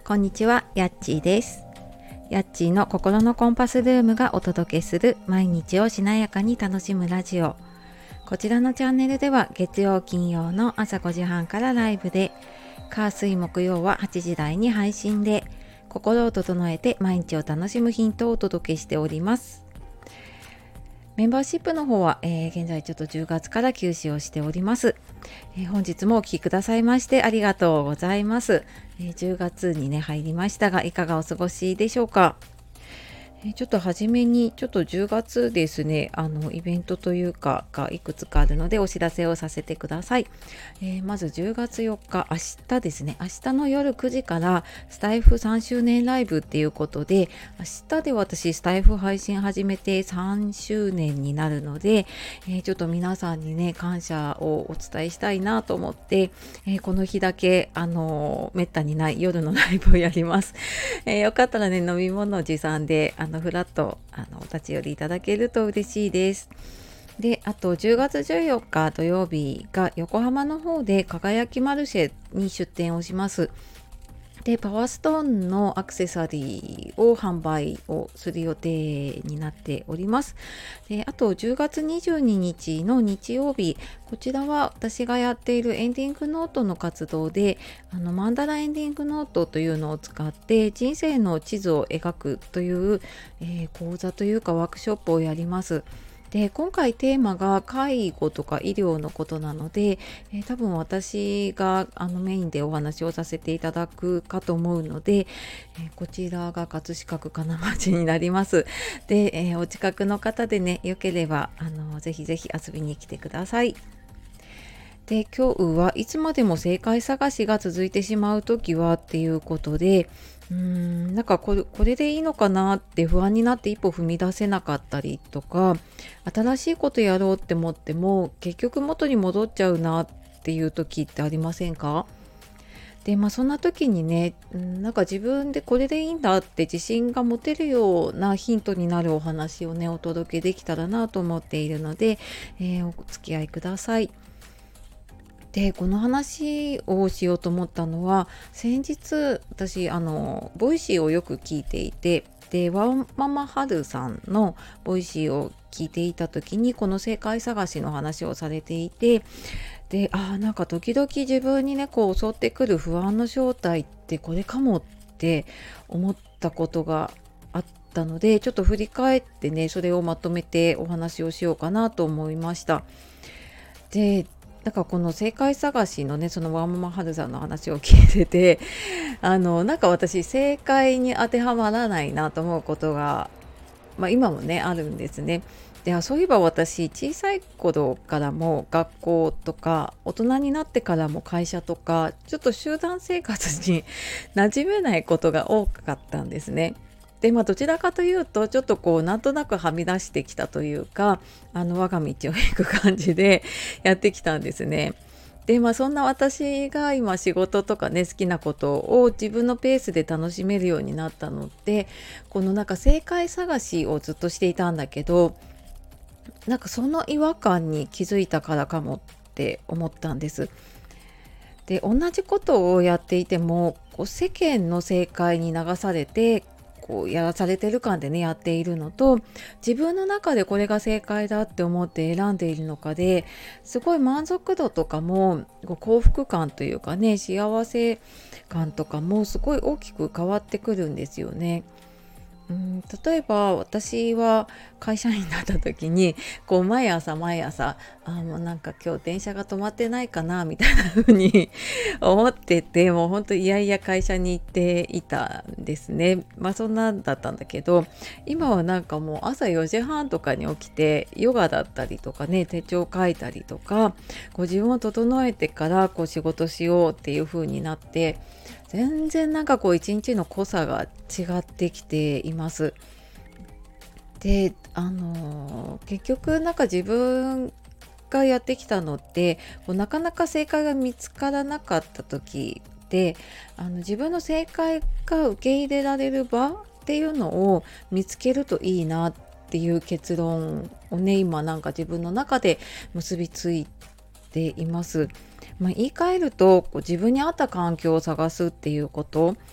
こんにちは、やっちーです。やっちーの心のコンパスルームがお届けする毎日をしなやかに楽しむラジオ。こちらのチャンネルでは月曜金曜の朝5時半からライブで、火水木曜は8時台に配信で、心を整えて毎日を楽しむヒントをお届けしております。メンバーシップの方は、現在ちょっと10月から休止をしております。本日もお聞きくださいましてありがとうございます。10月にね入りましたが、いかがお過ごしでしょうか。ちょっと初めに10月ですね、イベントというかがいくつかあるのでお知らせをさせてください。まず10月4日、明日ですね、明日の夜9時からスタイフ3周年ライブっていうことで、明日で私スタイフ配信始めて3周年になるので、ちょっと皆さんにね感謝をお伝えしたいなと思って、この日だけめったにない夜のライブをやります。よかったらね飲み物を持参でフラッとお立ち寄りいただけると嬉しいです。で、あと10月14日土曜日が横浜の方で輝きマルシェに出店をします。で、パワーストーンのアクセサリーを販売をする予定になっております。で、あと10月22日の日曜日、こちらは私がやっているエンディングノートの活動で、マンダラエンディングノートというのを使って人生の地図を描くという、講座というかワークショップをやります。で、今回テーマが介護とか医療のことなので、多分私がメインでお話をさせていただくかと思うので、こちらが葛飾区金町になります。で、お近くの方でねよければぜひぜひ遊びに来てください。で、今日はいつまでも正解探しが続いてしまうときはっていうことで、なんかこれでいいのかなって不安になって一歩踏み出せなかったりとか、新しいことやろうって思っても結局元に戻っちゃうなっていう時ってありませんか？で、そんな時にね、なんか自分でこれでいいんだって自信が持てるようなヒントになるお話をねお届けできたらなと思っているので、お付き合いください。で、この話をしようと思ったのは、先日私ボイシーをよく聞いていて、でワンママハルさんのボイシーを聞いていた時にこの正解探しの話をされていて、で、なんか時々自分にねこう襲ってくる不安の正体ってこれかもって思ったことがあったので、ちょっと振り返ってねそれをまとめてお話をしようかなと思いました。で、なんかこの正解探しのねそのワンママハルさんの話を聞いてて、なんか私正解に当てはまらないなと思うことが、今もねあるんですね。で、そういえば私小さい頃からも学校とか大人になってからも会社とかちょっと集団生活に馴染めないことが多かったんですね。で、どちらかというとちょっとこうなんとなくはみ出してきたというか、我が道を行く感じでやってきたんですね。で、そんな私が今仕事とかね好きなことを自分のペースで楽しめるようになったのって、このなんか正解探しをずっとしていたんだけど、なんかその違和感に気づいたからかもって思ったんです。で、同じことをやっていてもこう世間の正解に流されてこうやらされてる感でねやっているのと、自分の中でこれが正解だって思って選んでいるのかですごい満足度とかもこう幸福感というかね幸せ感とかもすごい大きく変わってくるんですよね。例えば私は会社員になった時にこう毎朝もうなんか今日電車が止まってないかなみたいな風に思ってて、もう本当いやいや会社に行っていたんですね。そんなんだったんだけど、今はなんかもう朝4時半とかに起きてヨガだったりとかね手帳書いたりとかこう自分を整えてからこう仕事しようっていう風になって、全然なんかこう一日の濃さが違ってきています。で、結局なんか自分がやってきたのってこうなかなか正解が見つからなかった時で、自分の正解が受け入れられる場っていうのを見つけるといいなっていう結論をね今なんか自分の中で結びついています。言い換えるとこう自分に合った環境を探すっていうこと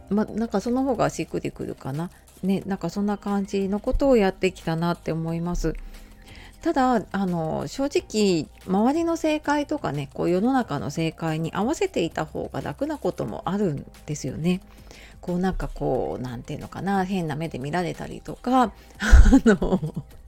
なんかその方がしっくりくるかな。ね、なんかそんな感じのことをやってきたなって思います。ただ正直周りの正解とかね、こう世の中の正解に合わせていた方が楽なこともあるんですよね。こうなんかこうなんていうのかな、変な目で見られたりとかの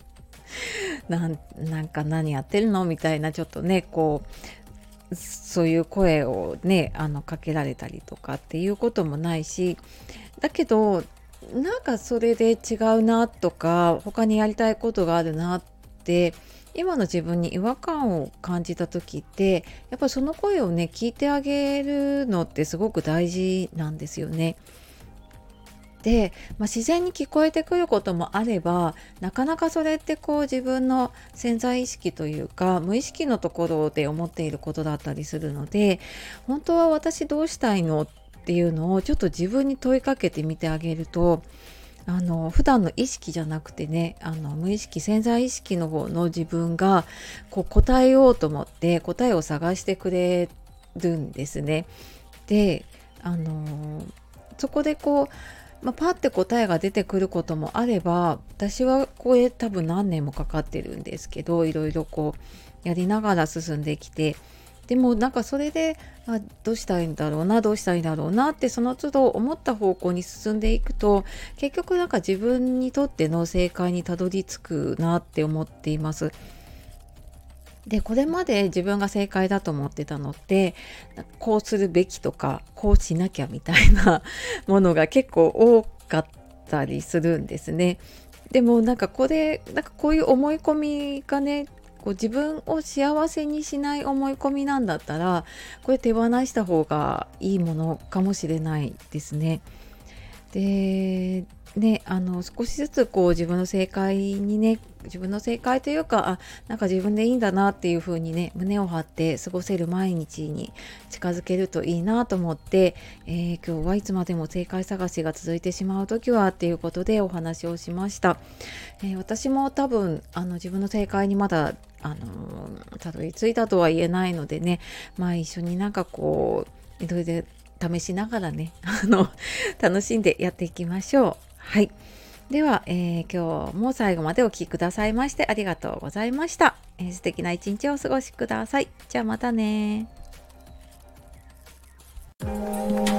なんか何やってるのみたいな、ちょっとねこうそういう声をねかけられたりとかっていうこともないし、だけどなんかそれで違うなとか他にやりたいことがあるなって今の自分に違和感を感じた時って、やっぱりその声をね聞いてあげるのってすごく大事なんですよね。で、自然に聞こえてくることもあれば、なかなかそれってこう自分の潜在意識というか無意識のところで思っていることだったりするので、本当は私どうしたいのっていうのをちょっと自分に問いかけてみてあげると、普段の意識じゃなくてね、無意識潜在意識の方の自分がこう答えようと思って答えを探してくれるんですね。で、あのそこでこうパッて答えが出てくることもあれば、私はこれ多分何年もかかってるんですけど、いろいろこうやりながら進んできて、でもなんかそれでどうしたいんだろうなどうしたいんだろうなってその都度思った方向に進んでいくと、結局なんか自分にとっての正解にたどり着くなって思っています。で、これまで自分が正解だと思ってたのって、こうするべきとか、こうしなきゃみたいなものが結構多かったりするんですね。でもなんかこういう思い込みがね、こう自分を幸せにしない思い込みなんだったら、これ手放した方がいいものかもしれないですね。で、ね、少しずつこう自分の正解にね、自分の正解というか、なんか自分でいいんだなっていう風にね、胸を張って過ごせる毎日に近づけるといいなと思って、今日はいつまでも正解探しが続いてしまう時はっていうことでお話をしました。私も多分自分の正解にまだたどり着いたとは言えないのでね、一緒になんかこういろいろ試しながらね楽しんでやっていきましょう。はい。では、今日も最後までお聞きくださいましてありがとうございました。素敵な一日をお過ごしください。じゃあまたね。